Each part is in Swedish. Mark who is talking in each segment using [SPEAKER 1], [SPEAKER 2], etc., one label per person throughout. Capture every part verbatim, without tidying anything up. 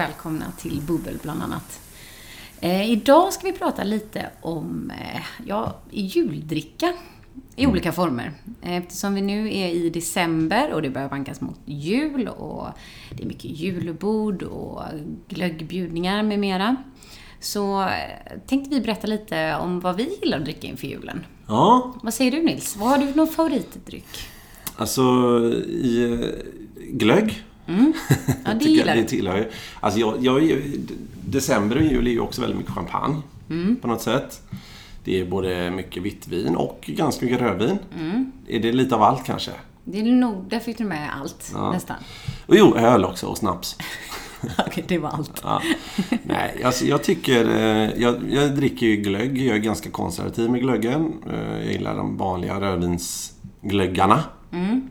[SPEAKER 1] välkomna till Bubbel bland annat. Eh, idag ska vi prata lite om eh, ja, juldricka i olika former. Eftersom vi nu är i december och det börjar vankas mot jul och det är mycket julbord och glöggbjudningar med mera. Så tänkte vi berätta lite om vad vi gillar att dricka inför julen.
[SPEAKER 2] Ja.
[SPEAKER 1] Vad säger du, Nils? Vad har du för någon favoritdryck?
[SPEAKER 2] Alltså, i glögg.
[SPEAKER 1] Mm. Ja, det gillar
[SPEAKER 2] det tillhör ju. Alltså, jag, jag, december och jul är ju också väldigt mycket champagne mm. på något sätt. Det är både mycket vitt vin och ganska mycket rödvin. Mm. Är det lite av allt kanske?
[SPEAKER 1] Det är nog, där fick du med allt, ja. Nästan.
[SPEAKER 2] Och jo, öl också och snaps.
[SPEAKER 1] Okej, det var allt.
[SPEAKER 2] Ja. Nej, alltså, jag tycker... Jag, jag dricker ju glögg. Jag är ganska konservativ med glöggen. Jag gillar de vanliga rödvinsglöggarna. Mm.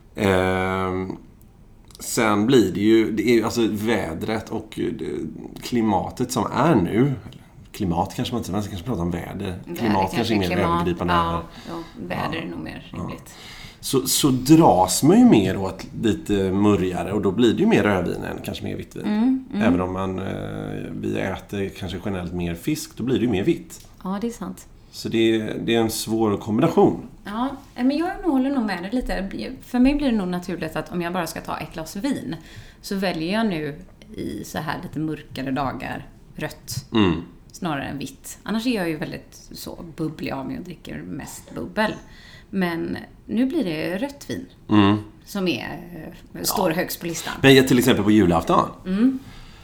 [SPEAKER 2] Eh, sen blir det ju... Det är alltså vädret och klimatet som är nu. Klimat kanske man inte... Man kanske prata om väder. Klimat kanske, kanske är mer klimat, övergripande.
[SPEAKER 1] Ja, ja, väder är nog mer rimligt.
[SPEAKER 2] Ja. Så, så dras man ju mer åt lite murrigare och då blir det ju mer rödvin än kanske mer vitt vin. Mm, mm. Även om man, eh, vi äter kanske generellt mer fisk, då blir det ju mer vitt.
[SPEAKER 1] Ja, det är sant.
[SPEAKER 2] Så det, det är en svår kombination.
[SPEAKER 1] Ja, men jag håller nog med det lite. För mig blir det nog naturligt att om jag bara ska ta ett glas vin så väljer jag nu i så här lite mörkare dagar rött. Mm. Snarare än vitt. Annars är jag ju väldigt så bubblig av mig och dricker mest bubbel. Men nu blir det rött vin mm. som är, står ja. högst på listan.
[SPEAKER 2] Men till exempel på julafton. Mm.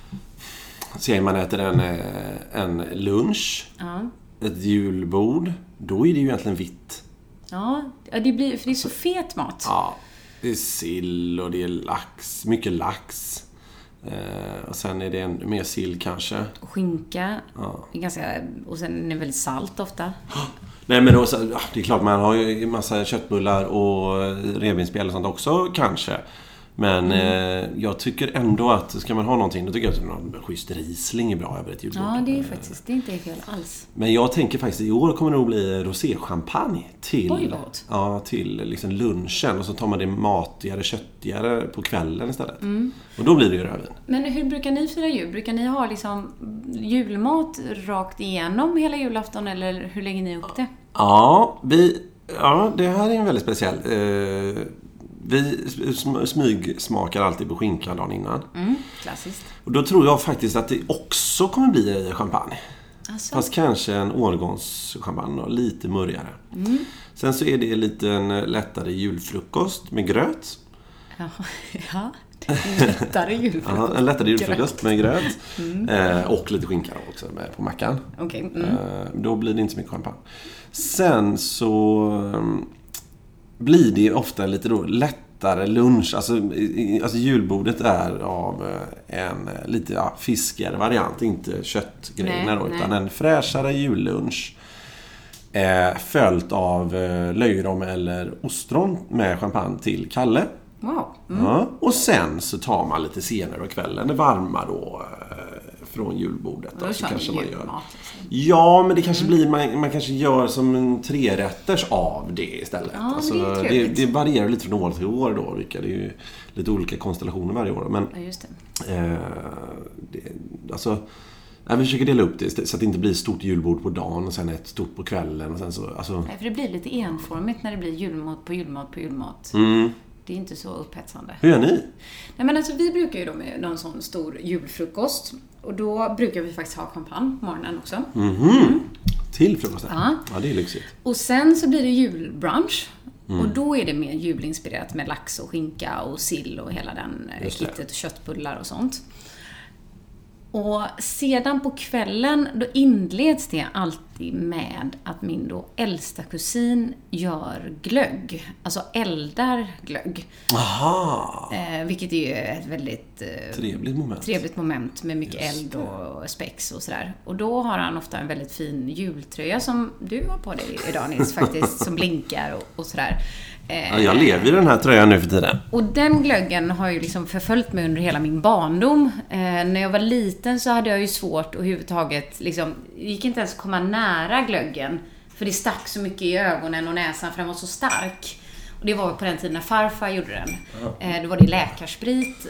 [SPEAKER 2] Ser man äter en, en lunch, ja. ett julbord, då är det ju egentligen vitt.
[SPEAKER 1] Ja, det blir, för det är så fet mat.
[SPEAKER 2] Ja, det är sill och det är lax, mycket lax. Eh, och sen är det en, mer sill kanske.
[SPEAKER 1] Skinka. Ja. Det är ganska, och sen är det väldigt salt ofta.
[SPEAKER 2] Nej, men då, det är klart man har ju en massa köttbullar och revbensspjäll och sånt också kanske. Men mm. eh, jag tycker ändå att ska man ha någonting, då tycker jag att någon schysst Riesling är bra över ett julbord.
[SPEAKER 1] Ja, det är faktiskt, det är inte fel alls.
[SPEAKER 2] Men jag tänker faktiskt i år kommer det nog bli roséchampagne till, ja, till liksom lunchen. Och så tar man det matigare, köttigare på kvällen istället. Mm. Och då blir det ju rödvin.
[SPEAKER 1] Men hur brukar ni fira jul? Brukar ni ha liksom julmat rakt igenom hela julafton eller hur lägger ni upp det?
[SPEAKER 2] Ja, vi, ja det här är en väldigt speciell... Eh, Vi smygsmakar alltid på skinka dagen innan.
[SPEAKER 1] Mm, klassiskt.
[SPEAKER 2] Och då tror jag faktiskt att det också kommer bli champagne. Alltså. Fast kanske en årgångschampagne och lite mörjare. Mm. Sen så är det lite en lättare julfrukost med gröt.
[SPEAKER 1] Ja, ja. En lättare julfrukost.
[SPEAKER 2] Ja, en lättare julfrukost med gröt. Mm. Eh, och lite skinka också med på mackan.
[SPEAKER 1] Okay. Mm.
[SPEAKER 2] Eh, då blir det inte så mycket champagne. Sen så... blir det ofta lite då lättare lunch. Alltså, alltså julbordet är av en lite ja, fiskigare variant. Inte köttgrejer då, utan en fräschare jullunch. Eh, följt av eh, löjrom eller ostron med champagne till Kalle.
[SPEAKER 1] Wow. Mm.
[SPEAKER 2] Ja, och sen så tar man lite senare på kvällen. Det varma då eh, från julbordet.
[SPEAKER 1] Då
[SPEAKER 2] så kanske man gör.
[SPEAKER 1] Mat,
[SPEAKER 2] ja, men det kanske mm. blir man, man kanske gör som en trerätters av det istället.
[SPEAKER 1] Ja,
[SPEAKER 2] alltså,
[SPEAKER 1] det,
[SPEAKER 2] det, det varierar lite från år till år då, vilka det är ju lite olika konstellationer varje år. Men
[SPEAKER 1] ja, just
[SPEAKER 2] det. Eh, det alltså jag försöker dela upp det så att det inte blir stort julbord på dagen och sen ett stort på kvällen och sen så alltså.
[SPEAKER 1] Nej, för det blir lite enformigt när det blir julmat på julmat på julmat.
[SPEAKER 2] Mm.
[SPEAKER 1] Det är inte så upphetsande.
[SPEAKER 2] Hur gör ni?
[SPEAKER 1] Nej, men alltså vi brukar ju då med någon sån stor julfrukost. Och då brukar vi faktiskt ha champagne på morgonen också.
[SPEAKER 2] Mm-hmm. Mm. Till frukosten?
[SPEAKER 1] Ja.
[SPEAKER 2] Ja, det är lyxigt.
[SPEAKER 1] Och sen så blir det julbrunch. Mm. Och då är det mer julinspirerat med lax och skinka och sill och hela den kittet och köttbullar och sånt. Och sedan på kvällen då inleds det alltid med att min då äldsta kusin gör glögg. Alltså eldar glögg.
[SPEAKER 2] Aha.
[SPEAKER 1] Eh, vilket är ju ett väldigt eh,
[SPEAKER 2] trevligt moment.
[SPEAKER 1] trevligt moment med mycket Just eld och spex och sådär. Och då har han ofta en väldigt fin jultröja som du har på dig idag, Nils, faktiskt, som blinkar och, och sådär.
[SPEAKER 2] Ja, jag lever i den här tröjan nu för tiden.
[SPEAKER 1] Och den glöggen har ju liksom förföljt mig under hela min barndom. Eh, när jag var liten så hade jag ju svårt att överhuvudtaget liksom, det gick inte ens komma nära glöggen. För det stack så mycket i ögonen och näsan för den var så stark. Och det var på den tiden när farfar gjorde den. Eh, då var det läkarsprit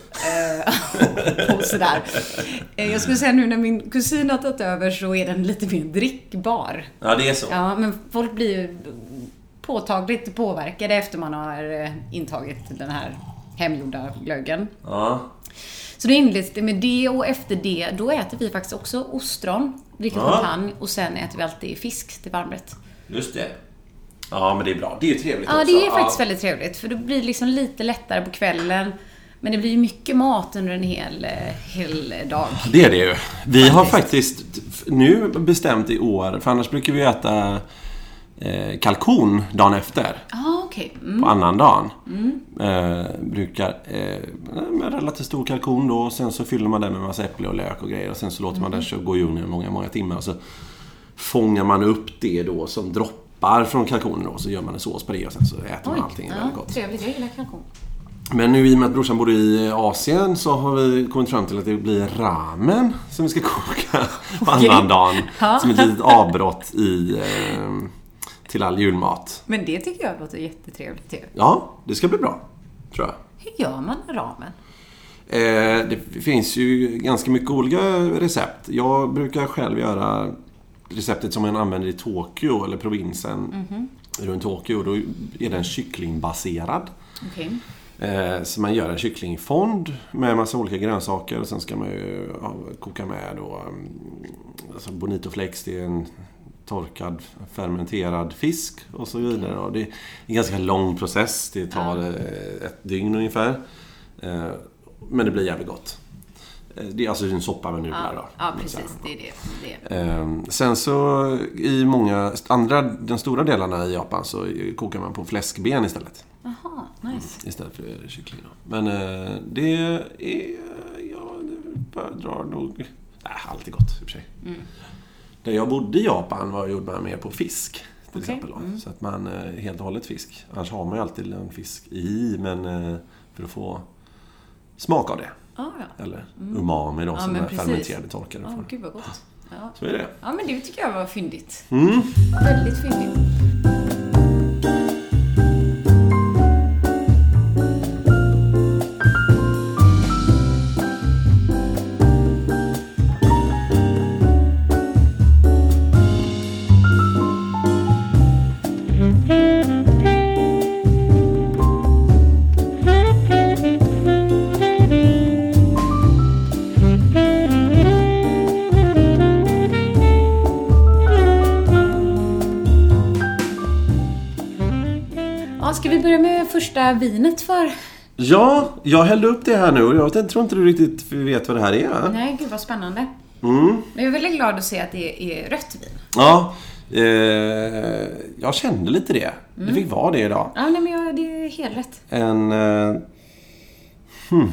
[SPEAKER 1] eh, och sådär. Eh, jag skulle säga nu när min kusin har tagit över så är den lite mer drickbar.
[SPEAKER 2] Ja, det är så.
[SPEAKER 1] Ja, men folk blir ju påtagligt påverkade efter man har eh, intagit den här hemgjorda glöggen.
[SPEAKER 2] Ja.
[SPEAKER 1] Så då inleds det med det och efter det, då äter vi faktiskt också ostron, dricker
[SPEAKER 2] Ja.
[SPEAKER 1] champagne och sen äter vi alltid fisk till varmrätt.
[SPEAKER 2] Just det. Ja, men det är bra. Det är ju trevligt
[SPEAKER 1] Ja,
[SPEAKER 2] också.
[SPEAKER 1] det är faktiskt
[SPEAKER 2] ja.
[SPEAKER 1] väldigt trevligt för det blir liksom lite lättare på kvällen. Men det blir ju mycket mat under en hel, hel dag.
[SPEAKER 2] Det är det ju. Vi har
[SPEAKER 1] Faktiskt.
[SPEAKER 2] faktiskt nu bestämt i år, för annars brukar vi äta eh, kalkon dagen efter.
[SPEAKER 1] Ja, ah, okej. Okay. Mm.
[SPEAKER 2] På annan dagen.
[SPEAKER 1] Mm.
[SPEAKER 2] Eh, brukar eh, med relativt stor kalkon då. Och sen så fyller man den med massa äpple och lök och grejer. Och sen så låter man
[SPEAKER 1] Mm.
[SPEAKER 2] den så gå i ugnen många, många timmar. Och så fångar man upp det då som droppar från kalkonen då. Så gör man en sås på det och sen så äter man
[SPEAKER 1] Oj,
[SPEAKER 2] allting.
[SPEAKER 1] ja,
[SPEAKER 2] väldigt gott.
[SPEAKER 1] Trevligt, jag gillar kalkon.
[SPEAKER 2] Men nu i och med att brorsan bor i Asien så har vi kommit fram till att det blir ramen som vi ska koka på
[SPEAKER 1] Okej.
[SPEAKER 2] annan dagen.
[SPEAKER 1] Ja.
[SPEAKER 2] Som ett litet avbrott i, eh, till all julmat.
[SPEAKER 1] Men det tycker jag låter jättetrevligt ju.
[SPEAKER 2] Ja, det ska bli bra, tror jag.
[SPEAKER 1] Hur gör man ramen?
[SPEAKER 2] Eh, det finns ju ganska mycket olika recept. Jag brukar själv göra receptet som man använder i Tokyo eller provinsen
[SPEAKER 1] Mm-hmm.
[SPEAKER 2] runt Tokyo. Då är den kycklingbaserad.
[SPEAKER 1] Okej.
[SPEAKER 2] Eh, så man gör en kycklingfond med massa olika grönsaker och sen ska man ju ja, koka med då um, alltså bonito flex, det är en torkad fermenterad fisk och så vidare. Och det är en ganska lång process, det tar
[SPEAKER 1] Ja.
[SPEAKER 2] eh, ett dygn ungefär. Eh, men det blir jävligt gott. Eh, det är alltså en soppa med nudlar
[SPEAKER 1] Ja,
[SPEAKER 2] då.
[SPEAKER 1] ja, precis. Det är det. det.
[SPEAKER 2] Eh, sen så i många andra, den stora delarna i Japan så kokar man på fläskben istället.
[SPEAKER 1] Jaha, nice.
[SPEAKER 2] Istället för kyckling då. Men eh, det är... Ja, det drar nog... Nej, allt är gott i och för sig.
[SPEAKER 1] Mm.
[SPEAKER 2] Där jag bodde i Japan var gjorde man mer på fisk. Till
[SPEAKER 1] Okej,
[SPEAKER 2] exempel då.
[SPEAKER 1] mm.
[SPEAKER 2] Så att man eh, helt och hållet fisk. Annars har man ju alltid en fisk i. Men eh, för att få smak av det.
[SPEAKER 1] Ah, ja.
[SPEAKER 2] Eller umami då
[SPEAKER 1] Ja,
[SPEAKER 2] som
[SPEAKER 1] men
[SPEAKER 2] är
[SPEAKER 1] precis.
[SPEAKER 2] fermenterade torkade.
[SPEAKER 1] Ja,
[SPEAKER 2] får.
[SPEAKER 1] gud vad gott. Ja.
[SPEAKER 2] Så är det.
[SPEAKER 1] ja, men det tycker jag var fyndigt.
[SPEAKER 2] Mm.
[SPEAKER 1] Väldigt fyndigt. Ja, ska vi börja med första vinet för?
[SPEAKER 2] Ja, jag hällde upp det här nu och jag tror inte du riktigt vet vad det här är.
[SPEAKER 1] Nej, gud vad spännande.
[SPEAKER 2] Mm.
[SPEAKER 1] Men jag är väldigt glad att se att det är rött vin.
[SPEAKER 2] Ja, eh, jag kände lite det. Det fick vara det idag.
[SPEAKER 1] Ja, nej, men jag, det är helt rätt.
[SPEAKER 2] En... Eh, hmm.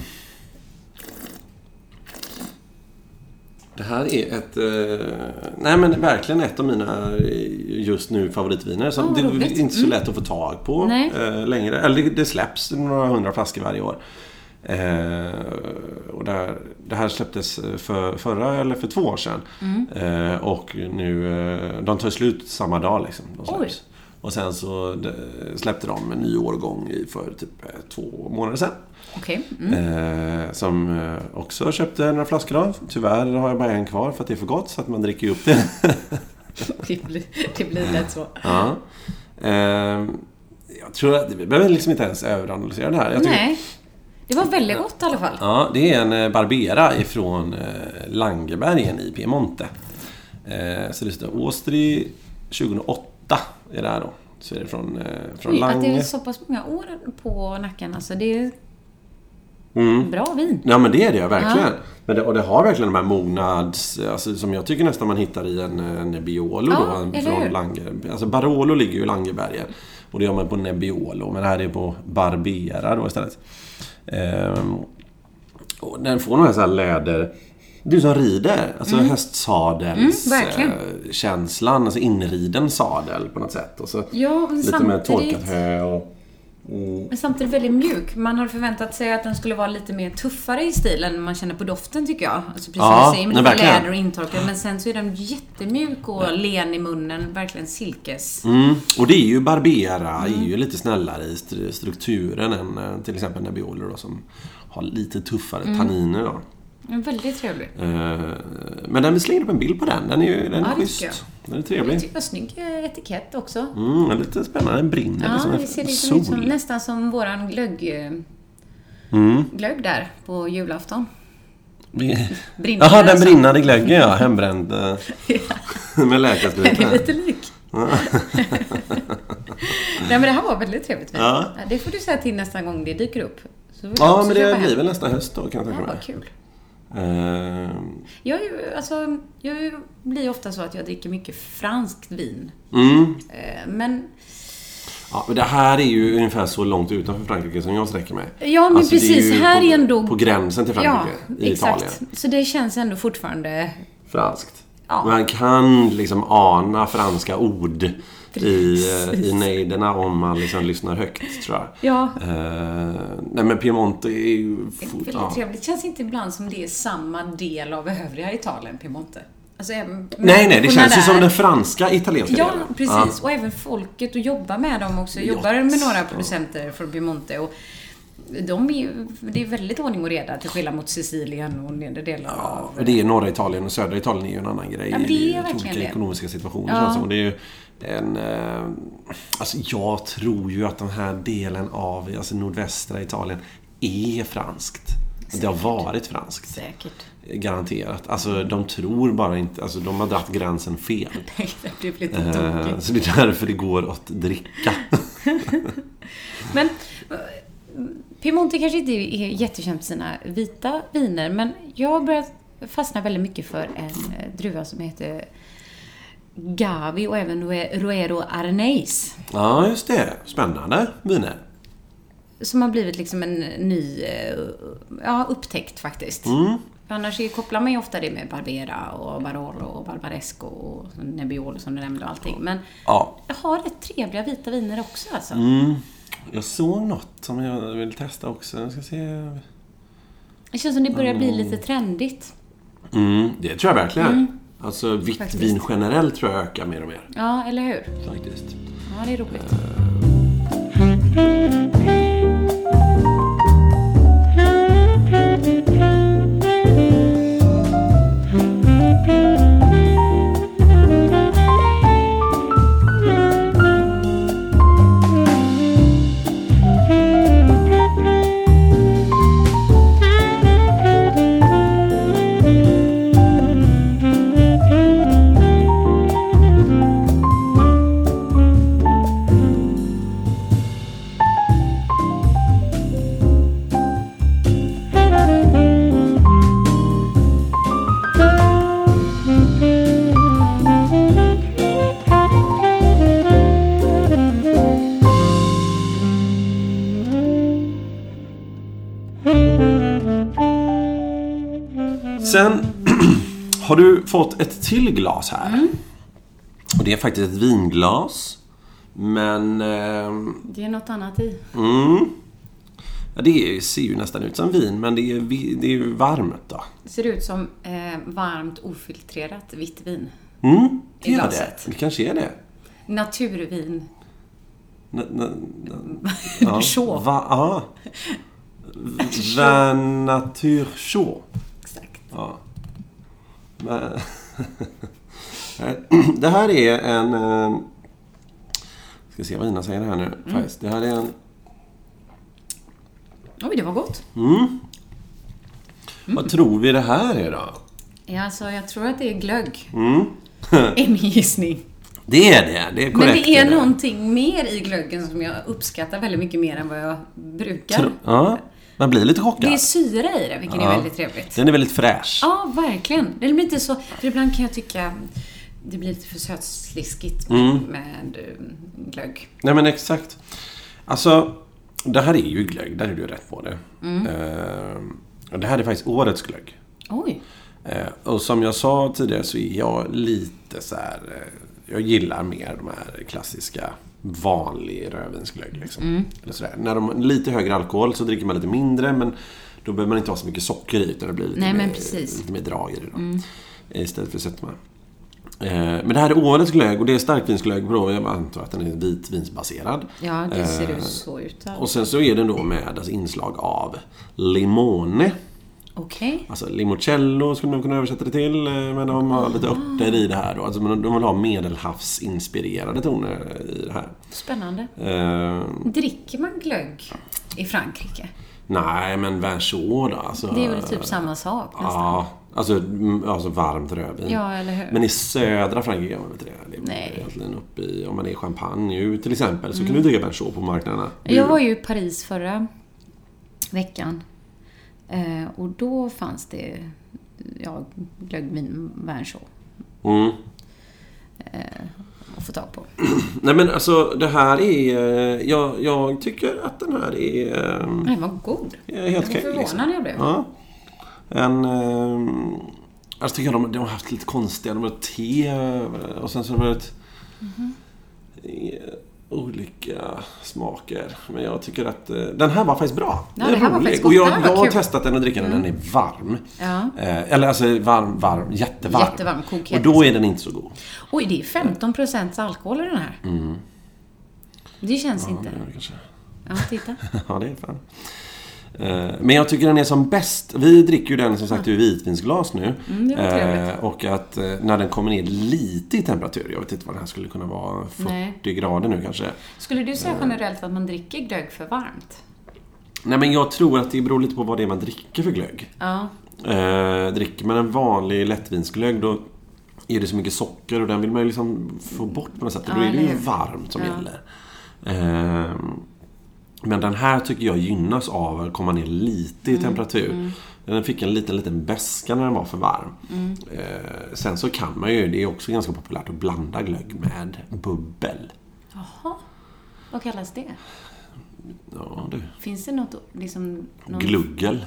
[SPEAKER 2] Det här är ett... Eh, nej men verkligen ett av mina just nu favoritviner. Som
[SPEAKER 1] Oh,
[SPEAKER 2] det är
[SPEAKER 1] roligt.
[SPEAKER 2] inte så lätt att få tag på
[SPEAKER 1] Nej.
[SPEAKER 2] eh, längre. Eller det, det släpps några hundra flaskor varje år. Eh, och det här, det här släpptes för förra eller för två år sedan.
[SPEAKER 1] Mm.
[SPEAKER 2] Eh, och nu... Eh, de tar slut samma dag liksom. De släpps.
[SPEAKER 1] Oj.
[SPEAKER 2] Och sen så de, släppte de en ny årgång i för typ eh, två månader sedan.
[SPEAKER 1] Okej. Mm.
[SPEAKER 2] Eh, som eh, också köpte några flaskor av. Tyvärr har jag bara en kvar för att det är för gott så att man dricker upp det.
[SPEAKER 1] Det blir, det blir lätt så.
[SPEAKER 2] Ja. Eh, jag tror att vi behöver liksom inte ens överanalysera det här. Jag tycker,
[SPEAKER 1] Nej, det var väldigt gott i alla fall.
[SPEAKER 2] ja, det är en eh, Barbera ifrån eh, Langebergen i Piemonte. Eh, så det står Åstri tjugohundraåtta är det här då. Så är det från, eh, från
[SPEAKER 1] Oj, att det
[SPEAKER 2] Lange.
[SPEAKER 1] är så pass många år på nacken. Alltså det är
[SPEAKER 2] Mm.
[SPEAKER 1] bra vin.
[SPEAKER 2] Ja men det är det verkligen.
[SPEAKER 1] Ja.
[SPEAKER 2] Men det, och det har verkligen de här mognads, alltså, som jag tycker nästan man hittar i en Nebbiolo
[SPEAKER 1] Ja,
[SPEAKER 2] då, en-
[SPEAKER 1] eller
[SPEAKER 2] från
[SPEAKER 1] hur?
[SPEAKER 2] Lange. Alltså Barolo ligger ju i Langebergen och det gör man på Nebbiolo, men det här är på Barbera då istället. Ehm, och den får någon här, så här läder, du som rider, alltså
[SPEAKER 1] Mm.
[SPEAKER 2] hästsadels
[SPEAKER 1] Mm, verkligen.
[SPEAKER 2] eh, känslan, alltså inriden sadel på något sätt och så
[SPEAKER 1] Ja, men
[SPEAKER 2] lite med torkat
[SPEAKER 1] samtidigt,
[SPEAKER 2] hö och Mm.
[SPEAKER 1] Men samtidigt väldigt mjuk. Man har förväntat sig att den skulle vara lite mer tuffare i stilen. Man känner på doften tycker jag. Alltså precis
[SPEAKER 2] Ja,
[SPEAKER 1] som du säger, med
[SPEAKER 2] nej,
[SPEAKER 1] lite
[SPEAKER 2] verkligen.
[SPEAKER 1] läder och intorkad. Men sen så är den jättemjuk och len i munnen. Verkligen silkes.
[SPEAKER 2] Mm. Och det är ju Barbera, mm. är ju lite snällare i st- strukturen än eh, till exempel Nebbiolo då, som har lite tuffare mm. tanniner då.
[SPEAKER 1] Den är väldigt trevlig.
[SPEAKER 2] Eh, men den, vi slänger upp en bild på den. Den är ju den är
[SPEAKER 1] Ja,
[SPEAKER 2] schysst. Den är trevlig.
[SPEAKER 1] Jag tycker det var snygg etikett också.
[SPEAKER 2] Mm, lite spännande. Den brinner
[SPEAKER 1] ja,
[SPEAKER 2] liksom
[SPEAKER 1] det ser liksom
[SPEAKER 2] sol.
[SPEAKER 1] ut som, nästan som våran glögg,
[SPEAKER 2] mm.
[SPEAKER 1] glögg där på julafton.
[SPEAKER 2] Jaha, den brinnade glöggen, ja. Hembränd ja. Med läkarspruta.
[SPEAKER 1] Den är lite lik. Nej, men det här var väldigt trevligt.
[SPEAKER 2] Ja.
[SPEAKER 1] Det får du säga till nästa gång det dyker upp. Så
[SPEAKER 2] ja, men det blir väl nästa höst då, kan jag tänka mig.
[SPEAKER 1] Ja, vad kul.
[SPEAKER 2] Uh...
[SPEAKER 1] Jag, alltså, jag blir ofta så att jag dricker mycket franskt vin.
[SPEAKER 2] Mm.
[SPEAKER 1] Uh, men...
[SPEAKER 2] Ja, men det här är ju ungefär så långt utanför Frankrike som jag sträcker mig.
[SPEAKER 1] Ja, men
[SPEAKER 2] alltså,
[SPEAKER 1] precis.
[SPEAKER 2] är
[SPEAKER 1] här
[SPEAKER 2] på,
[SPEAKER 1] är ändå...
[SPEAKER 2] på gränsen till Frankrike,
[SPEAKER 1] ja,
[SPEAKER 2] i
[SPEAKER 1] exakt.
[SPEAKER 2] Italien.
[SPEAKER 1] Så det känns ändå fortfarande...
[SPEAKER 2] Franskt.
[SPEAKER 1] Ja. Man
[SPEAKER 2] kan liksom ana franska ord i, i nejderna om man liksom lyssnar högt, tror jag.
[SPEAKER 1] Ja.
[SPEAKER 2] Uh, nej, men Piemonte är ju...
[SPEAKER 1] Det är väldigt ja. trevligt. Det känns inte ibland som det är samma del av övriga Italien, Piemonte. Alltså,
[SPEAKER 2] nej, nej, det känns
[SPEAKER 1] där...
[SPEAKER 2] ju som den franska italienska
[SPEAKER 1] ja,
[SPEAKER 2] delen.
[SPEAKER 1] Precis.
[SPEAKER 2] Ja,
[SPEAKER 1] och även folket och jobbar med dem också. Jag jobbar med några producenter från Piemonte och de är ju, det är väldigt ordning och reda till skillnad mot Sicilien och nedre delar
[SPEAKER 2] ja,
[SPEAKER 1] av...
[SPEAKER 2] och det är norra Italien och södra Italien är ju en annan grej.
[SPEAKER 1] Ja, men det är
[SPEAKER 2] i
[SPEAKER 1] verkligen
[SPEAKER 2] olika
[SPEAKER 1] det.
[SPEAKER 2] Ekonomiska situationer.
[SPEAKER 1] Ja.
[SPEAKER 2] Så det är ju en... Eh, alltså jag tror ju att den här delen av alltså nordvästra Italien är franskt. Säkert. Det har varit franskt.
[SPEAKER 1] Säkert.
[SPEAKER 2] Garanterat. Alltså de tror bara inte, alltså de har dratt gränsen fel.
[SPEAKER 1] Det blir lite
[SPEAKER 2] eh, så det är därför det går att dricka.
[SPEAKER 1] Men Piemonte kanske inte är jättekänt för sina vita viner, men jag har börjat fastna väldigt mycket för en druva som heter Gavi och även Roero Arneis.
[SPEAKER 2] Ja, just det. Spännande viner.
[SPEAKER 1] Som har blivit liksom en ny ja, upptäckt faktiskt.
[SPEAKER 2] Mm.
[SPEAKER 1] För annars kopplar man ju ofta det med Barbera och Barolo och Barbaresco och Nebbiolo som du nämnde och allting. Men
[SPEAKER 2] ja.
[SPEAKER 1] jag har rätt trevliga vita viner också alltså.
[SPEAKER 2] Mm. Jag såg något som jag vill testa också. Jag ska se.
[SPEAKER 1] Det känns som det börjar bli lite trendigt.
[SPEAKER 2] Mm, det tror jag verkligen.
[SPEAKER 1] Mm.
[SPEAKER 2] Alltså vitt
[SPEAKER 1] Faktiskt.
[SPEAKER 2] vin generellt tror jag ökar mer och mer.
[SPEAKER 1] Ja, eller hur?
[SPEAKER 2] Faktiskt.
[SPEAKER 1] Ja, det är roligt.
[SPEAKER 2] Sen har du fått ett till glas här.
[SPEAKER 1] Mm.
[SPEAKER 2] Och det är faktiskt ett vinglas. Men... Eh,
[SPEAKER 1] det är något annat i.
[SPEAKER 2] Mm. Ja, det ser ju nästan ut som vin, men det är, det är varmt då.
[SPEAKER 1] Det ser ut som eh, varmt ofiltrerat vitt vin.
[SPEAKER 2] Mm, det
[SPEAKER 1] I
[SPEAKER 2] är
[SPEAKER 1] glaset.
[SPEAKER 2] det. Det kanske är det.
[SPEAKER 1] Naturvin.
[SPEAKER 2] Na, na, na, ja,
[SPEAKER 1] Chaud.
[SPEAKER 2] Va, ja. Vin nature chaud.
[SPEAKER 1] Exakt.
[SPEAKER 2] Ja. Men, det här är en... eh, Ska se vad Ina säger här nu. Mm. Det här är en...
[SPEAKER 1] Oj, det var gott.
[SPEAKER 2] Mm. Mm. Vad tror vi det här är då?
[SPEAKER 1] Ja, alltså, jag tror att det är glögg.
[SPEAKER 2] Mm.
[SPEAKER 1] är min gissning.
[SPEAKER 2] Det är det, det är korrekt.
[SPEAKER 1] Men det är
[SPEAKER 2] det.
[SPEAKER 1] någonting mer i glöggen som jag uppskattar väldigt mycket mer än vad jag brukar.
[SPEAKER 2] Tro, ja, man blir lite chockad.
[SPEAKER 1] Det är syra i det, vilket
[SPEAKER 2] ja.
[SPEAKER 1] är väldigt trevligt.
[SPEAKER 2] Den är väldigt fräsch.
[SPEAKER 1] Ja, verkligen. Det blir inte så... För ibland kan jag tycka det blir lite för sötsliskigt med,
[SPEAKER 2] Mm.
[SPEAKER 1] med glögg.
[SPEAKER 2] Nej, men exakt. Alltså, det här är ju glögg. Där är du rätt på det.
[SPEAKER 1] Mm.
[SPEAKER 2] Uh, det här är faktiskt årets glögg.
[SPEAKER 1] Oj.
[SPEAKER 2] Uh, och som jag sa tidigare så är jag lite så här... Uh, jag gillar mer de här klassiska vanlig rödvinsglögg liksom. Mm. Eller sådär. När de har lite högre alkohol så dricker man lite mindre, men då behöver man inte ha så mycket socker i, utan det blir lite, Nej, mer, lite mer drag i det då. Mm. Istället för sötma. Eh, men det här är årets glögg, och det är starkvinsglögg på, jag antar att den är vitvinsbaserad.
[SPEAKER 1] Ja, det ser
[SPEAKER 2] eh,
[SPEAKER 1] ut så ut.
[SPEAKER 2] Och sen så är den då med alltså, inslag av limone.
[SPEAKER 1] Okej. Okay.
[SPEAKER 2] Alltså limoncello skulle man kunna översätta det till, men de har lite örter i det här då. Alltså de vill ha medelhavsinspirerade toner i det här.
[SPEAKER 1] Spännande.
[SPEAKER 2] Eh,
[SPEAKER 1] Dricker man glögg i Frankrike?
[SPEAKER 2] Nej, men vin chaud då. Alltså,
[SPEAKER 1] det är väl typ samma sak nästan.
[SPEAKER 2] Ja, alltså, alltså varmt rödvin.
[SPEAKER 1] Ja, eller hur?
[SPEAKER 2] Men i södra Frankrike gör man inte det. Det är
[SPEAKER 1] Nej.
[SPEAKER 2] egentligen uppe i, om man är i Champagne till exempel, så mm. kan du dricka vin chaud på marknaderna.
[SPEAKER 1] Jag var ju i Paris förra veckan. Eh, och då fanns det ja, glöggvin, vin chaud.
[SPEAKER 2] Mm.
[SPEAKER 1] Eh, att få tag på.
[SPEAKER 2] Nej, men alltså det här är jag, jag tycker att den här är
[SPEAKER 1] den var god.
[SPEAKER 2] Är helt
[SPEAKER 1] jag var förvånad liksom. Jag blev.
[SPEAKER 2] Ja. En alltså tycker jag de, de har haft lite konstiga, de har te och sen så har det varit mm-hmm. olika smaker, men jag tycker att den här var faktiskt bra.
[SPEAKER 1] Ja, det, det är roligt.
[SPEAKER 2] Och jag, jag har testat den och dricker den, mm. den är varm.
[SPEAKER 1] Ja.
[SPEAKER 2] Eh, eller alltså varm, varm, jättevarm.
[SPEAKER 1] Jättevarm,
[SPEAKER 2] och då är den inte så god.
[SPEAKER 1] Oj, det är femton procent alkohol i den här.
[SPEAKER 2] Mm.
[SPEAKER 1] Det känns
[SPEAKER 2] ja,
[SPEAKER 1] inte.
[SPEAKER 2] Det är det kanske.
[SPEAKER 1] Ja, titta.
[SPEAKER 2] Ja, det är fan. Men jag tycker den är som bäst. Vi dricker ju den som sagt i vitvinsglas nu.
[SPEAKER 1] Mm, det var trevligt.
[SPEAKER 2] Och att när den kommer ner lite i temperatur, jag vet inte vad det här skulle kunna vara, fyrtio Nej. grader nu kanske.
[SPEAKER 1] Skulle du säga generellt att man dricker glögg för varmt?
[SPEAKER 2] Nej, men jag tror att det beror lite på vad det är man dricker för glögg.
[SPEAKER 1] Ja.
[SPEAKER 2] Eh, dricker man en vanlig lättvinsglögg, då är det så mycket socker och den vill man ju liksom få bort på något sätt. Ja, då är det ju varmt som ja. gäller. Eh, Men den här tycker jag gynnas av att komma ner lite i mm, temperatur. Mm. Den fick en liten, liten beska när den var för varm. Mm. Eh, sen så kan man ju, det är också ganska populärt att blanda glögg med bubbel.
[SPEAKER 1] Jaha, vad kallas det?
[SPEAKER 2] Ja, du.
[SPEAKER 1] Finns det något liksom... Någon...
[SPEAKER 2] Gluggel.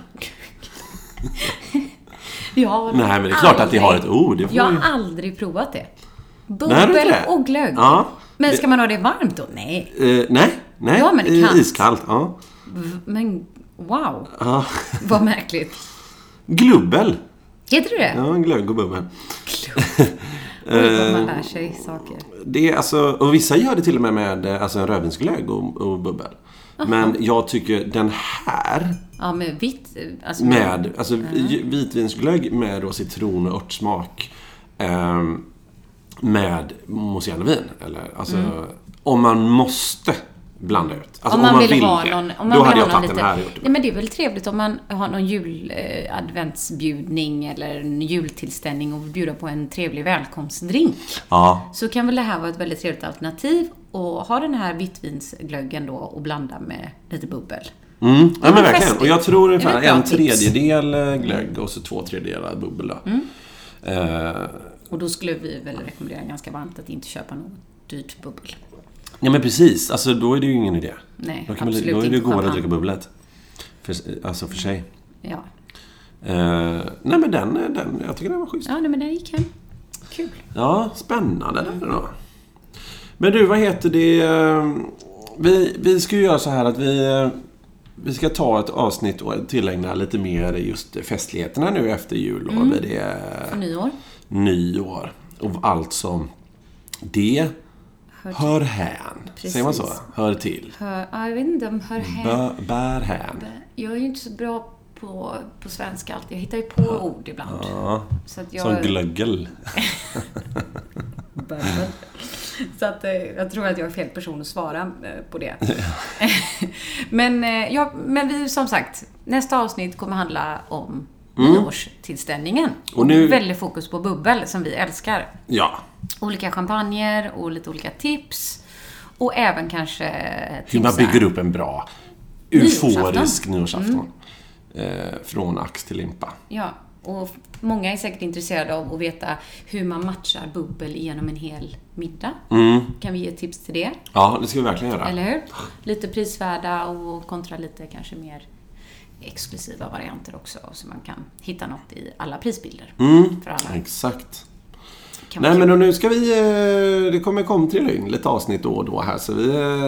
[SPEAKER 1] ja,
[SPEAKER 2] nej, men det är klart aldrig. Att det har ett ord. Det får
[SPEAKER 1] jag har
[SPEAKER 2] ju...
[SPEAKER 1] aldrig provat det. Bubbel nej, och glögg.
[SPEAKER 2] Ja.
[SPEAKER 1] Men ska man ha det varmt då? Nej.
[SPEAKER 2] Eh, nej. Nej,
[SPEAKER 1] ja, men det kallt.
[SPEAKER 2] Iskallt, ja.
[SPEAKER 1] Men wow,
[SPEAKER 2] ja.
[SPEAKER 1] Vad märkligt.
[SPEAKER 2] Glubbel.
[SPEAKER 1] Heter det?
[SPEAKER 2] Ja, glögg och bubbel.
[SPEAKER 1] Oj, vad man lär sig saker.
[SPEAKER 2] Det är alltså, och vissa gör det till och med med alltså en rödvinsglögg och, och bubbel. Aha. Men jag tycker den här...
[SPEAKER 1] Ja, med vitt... Alltså
[SPEAKER 2] med, alltså uh-huh. vitvinsglögg med då citron och örtsmak. Eh, med mousserande eller alltså... Mm. Om man måste blanda ut. Alltså
[SPEAKER 1] om man, om man
[SPEAKER 2] vill,
[SPEAKER 1] vill ha någon, om man
[SPEAKER 2] då
[SPEAKER 1] vill
[SPEAKER 2] hade
[SPEAKER 1] ha
[SPEAKER 2] jag tagit
[SPEAKER 1] lite,
[SPEAKER 2] den här gjort.
[SPEAKER 1] Nej, men det är väl trevligt om man har någon jul-adventsbjudning eh, eller en jultillställning och bjuda på en trevlig välkomstdrink.
[SPEAKER 2] Ja.
[SPEAKER 1] Så kan väl det här vara ett väldigt trevligt alternativ och ha den här vittvinsglöggen då och blanda med lite bubbel.
[SPEAKER 2] Mm, ja, men verkligen. Festligt. Och jag tror ungefär en tredjedel glögg och så två tredjedelar bubbel då.
[SPEAKER 1] Mm.
[SPEAKER 2] Uh,
[SPEAKER 1] och då skulle vi väl rekommendera ganska varmt att inte köpa något dyrt bubbel.
[SPEAKER 2] Ja, men precis. Alltså, då är det ju ingen idé.
[SPEAKER 1] Nej,
[SPEAKER 2] då kan
[SPEAKER 1] absolut
[SPEAKER 2] man, då är det
[SPEAKER 1] inte.
[SPEAKER 2] Då att dricka bubblet. För, alltså för sig.
[SPEAKER 1] Ja.
[SPEAKER 2] Uh, nej, men den, den, jag tycker den var schysst.
[SPEAKER 1] Ja, nej, men den gick hem. Kul.
[SPEAKER 2] Ja, spännande mm. då. Men du, vad heter det? Vi, vi ska ju göra så här att vi, vi ska ta ett avsnitt och tillägna lite mer just festligheterna nu efter jul. Och
[SPEAKER 1] mm.
[SPEAKER 2] det
[SPEAKER 1] för nyår.
[SPEAKER 2] Nyår. Och allt som det hör, hör hän. Precis. Säger man så? Hör till.
[SPEAKER 1] Hör, jag vet inte om hör hän.
[SPEAKER 2] Bär, bär hän.
[SPEAKER 1] Jag är ju inte så bra på, på svenska alltid. Jag hittar ju på ja. ord ibland.
[SPEAKER 2] Ja.
[SPEAKER 1] Så att jag...
[SPEAKER 2] Som glöggel.
[SPEAKER 1] Så att jag tror att jag är fel person att svara på det. men, ja, men vi, som sagt, nästa avsnitt kommer handla om mm. nyårstillställningen. Och nu väldigt fokus på bubbel som vi älskar.
[SPEAKER 2] Ja.
[SPEAKER 1] Olika champagner och lite olika tips. Och även kanske
[SPEAKER 2] hur man bygger upp en bra euforisk nyårsafton. Mm. Eh, från ax till limpa.
[SPEAKER 1] Ja, och många är säkert intresserade av att veta hur man matchar bubbel genom en hel middag.
[SPEAKER 2] Mm.
[SPEAKER 1] Kan vi ge tips till det?
[SPEAKER 2] Ja, det ska vi verkligen göra.
[SPEAKER 1] Eller hur? Lite prisvärda och kontra lite kanske mer exklusiva varianter också. Så man kan hitta något i alla prisbilder.
[SPEAKER 2] Mm.
[SPEAKER 1] För alla.
[SPEAKER 2] Exakt. Nej, men då, nu ska vi... Det kommer komma till in lite avsnitt då och då här. Så vi,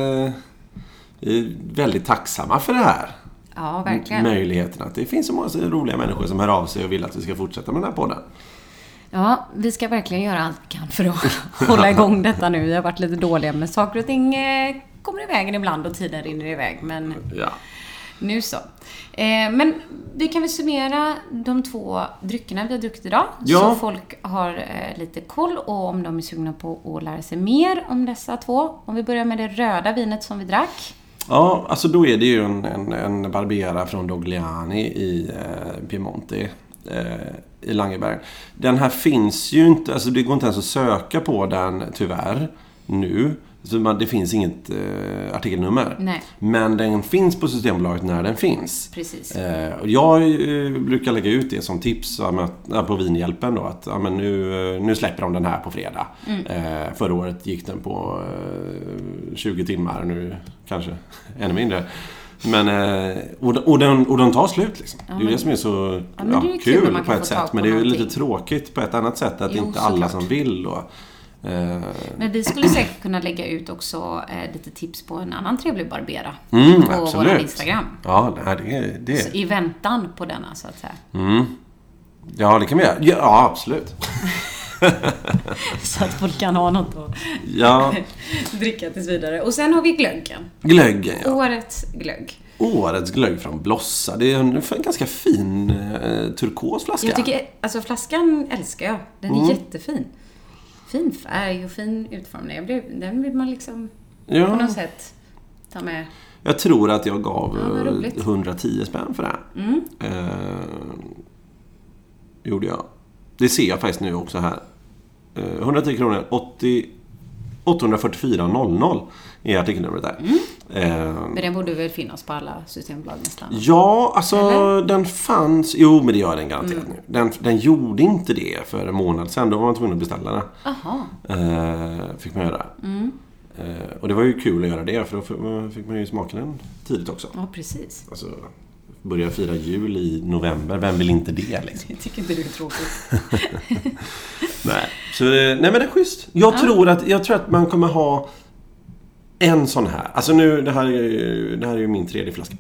[SPEAKER 2] vi är väldigt tacksamma för det här.
[SPEAKER 1] Ja, verkligen.
[SPEAKER 2] Möjligheten att det finns så många roliga människor som hör av sig och vill att vi ska fortsätta med den här podden.
[SPEAKER 1] Ja, vi ska verkligen göra allt vi kan för att hålla igång detta nu. Vi har varit lite dåliga med saker och ting. Kommer i vägen ibland och tiden rinner iväg. Men
[SPEAKER 2] ja.
[SPEAKER 1] Nu så. Eh, men vi kan väl summera de två dryckerna vi har druckit idag.
[SPEAKER 2] Ja.
[SPEAKER 1] Så folk har eh, lite koll och om de är sugna på att lära sig mer om dessa två. Om vi börjar med det röda vinet som vi drack.
[SPEAKER 2] Ja, alltså då är det ju en, en, en Barbera från Dogliani i eh, Piemonte eh, i Langeberg. Den här finns ju inte, alltså det går inte ens att söka på den tyvärr nu. Så man, det finns inget eh, artikelnummer.
[SPEAKER 1] Nej.
[SPEAKER 2] Men den finns på Systembolaget när den finns.
[SPEAKER 1] Precis.
[SPEAKER 2] Eh, och jag eh, brukar lägga ut det som tips att, på Vinhjälpen då, att ja, men nu, nu släpper de den här på fredag. Mm. Eh, förra året gick den på eh, tjugo timmar, nu kanske ännu mindre. Men, eh, och, och, den, och den tar slut liksom. Ja, det är ju det som är så
[SPEAKER 1] ja,
[SPEAKER 2] ja,
[SPEAKER 1] det är
[SPEAKER 2] kul,
[SPEAKER 1] kul
[SPEAKER 2] på ett sätt. På men det är ju lite tråkigt på ett annat sätt att
[SPEAKER 1] jo,
[SPEAKER 2] inte alla
[SPEAKER 1] klart.
[SPEAKER 2] som vill då.
[SPEAKER 1] Men vi skulle säkert kunna lägga ut också eh, lite tips på en annan trevlig Barbera
[SPEAKER 2] mm,
[SPEAKER 1] på
[SPEAKER 2] absolut.
[SPEAKER 1] vår Instagram.
[SPEAKER 2] Ja, det, det.
[SPEAKER 1] Så i väntan på denna så att säga.
[SPEAKER 2] Mm. Ja, det kan vi göra. Ja, absolut.
[SPEAKER 1] Så att folk kan ha något att
[SPEAKER 2] ja.
[SPEAKER 1] dricka tills vidare. Och sen har vi glöggen.
[SPEAKER 2] Glöggen, ja.
[SPEAKER 1] Årets glögg.
[SPEAKER 2] Årets glögg från Blossa. Det är en, en ganska fin eh, turkos flaska.
[SPEAKER 1] Jag tycker, alltså flaskan älskar jag. Den är
[SPEAKER 2] mm.
[SPEAKER 1] jättefin. Fin färg och fin utformning. Jag blev, den vill man liksom
[SPEAKER 2] ja.
[SPEAKER 1] på något sätt ta med.
[SPEAKER 2] Jag tror att jag gav
[SPEAKER 1] ja,
[SPEAKER 2] hundratio spänn för det.
[SPEAKER 1] Mm.
[SPEAKER 2] Eh, gjorde jag. Det ser jag faktiskt nu också här. Eh, hundratio kronor, åttio, åttahundrafyrtiofyra noll noll är artikelnumret där.
[SPEAKER 1] Mm.
[SPEAKER 2] Eh,
[SPEAKER 1] men den borde väl finnas på alla systembolag nästan?
[SPEAKER 2] Ja, alltså
[SPEAKER 1] eller?
[SPEAKER 2] Den fanns... Jo, men det gör den garanterat
[SPEAKER 1] mm.
[SPEAKER 2] nu. Den, den gjorde inte det för en månad sedan. Då var man tvungen att beställa den.
[SPEAKER 1] Aha.
[SPEAKER 2] Eh, fick man göra.
[SPEAKER 1] Mm.
[SPEAKER 2] Eh, och det var ju kul att göra det. För då fick man ju smaka den tidigt också.
[SPEAKER 1] Ja, precis.
[SPEAKER 2] Alltså, börja fira jul i november. Vem vill inte det liksom?
[SPEAKER 1] Jag tycker inte det är tråkigt.
[SPEAKER 2] nej. Så, nej, men det är schysst. Jag, ja. tror att, jag tror att man kommer ha en sån här. Alltså nu, det här är ju, det här är ju min tredje flaska.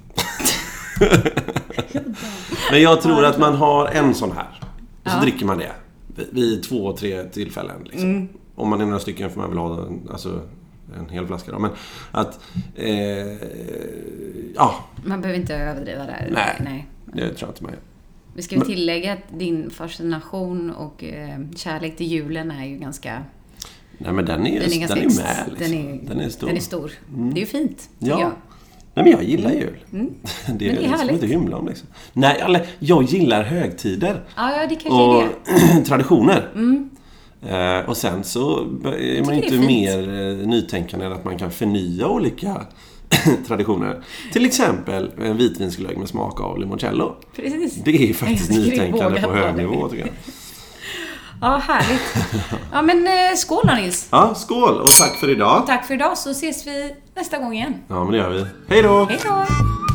[SPEAKER 2] Men jag tror att man har en sån här. Och så ja. dricker man det. Vid två, tre tillfällen. Liksom. Mm. Om man är några stycken får man väl ha alltså, en hel flaska. Då. Men att... Eh, ja.
[SPEAKER 1] Man behöver inte överdriva där.
[SPEAKER 2] Nej,
[SPEAKER 1] Nej.
[SPEAKER 2] det tror jag inte man gör.
[SPEAKER 1] Vi ska tillägga att din fascination och eh, kärlek till julen är ju ganska...
[SPEAKER 2] Nej, men den är, den är, ganska den är med. Liksom. Den, är, den är stor.
[SPEAKER 1] Den är stor. Mm. Det är ju fint.
[SPEAKER 2] Ja.
[SPEAKER 1] Jag.
[SPEAKER 2] Nej, men jag gillar jul.
[SPEAKER 1] Mm.
[SPEAKER 2] Det är,
[SPEAKER 1] det är
[SPEAKER 2] liksom
[SPEAKER 1] härligt.
[SPEAKER 2] Inte hymla om liksom. Nej, eller, jag gillar högtider.
[SPEAKER 1] Ja, ja det kanske
[SPEAKER 2] och
[SPEAKER 1] är det.
[SPEAKER 2] traditioner.
[SPEAKER 1] Mm.
[SPEAKER 2] Eh, och sen så är man inte är mer eh, nytänkande än att man kan förnya olika traditioner. Till exempel en vitvinsglögg med smak av limoncello.
[SPEAKER 1] Precis.
[SPEAKER 2] Det är faktiskt nytänkande på hög nivå tycker jag.
[SPEAKER 1] Ja, härligt. Ja, men eh, skål då, Nils.
[SPEAKER 2] Ja, skål och tack för idag.
[SPEAKER 1] Och tack för idag, så ses vi nästa gång igen.
[SPEAKER 2] Ja, men det gör vi. Hej då!
[SPEAKER 1] Hej då!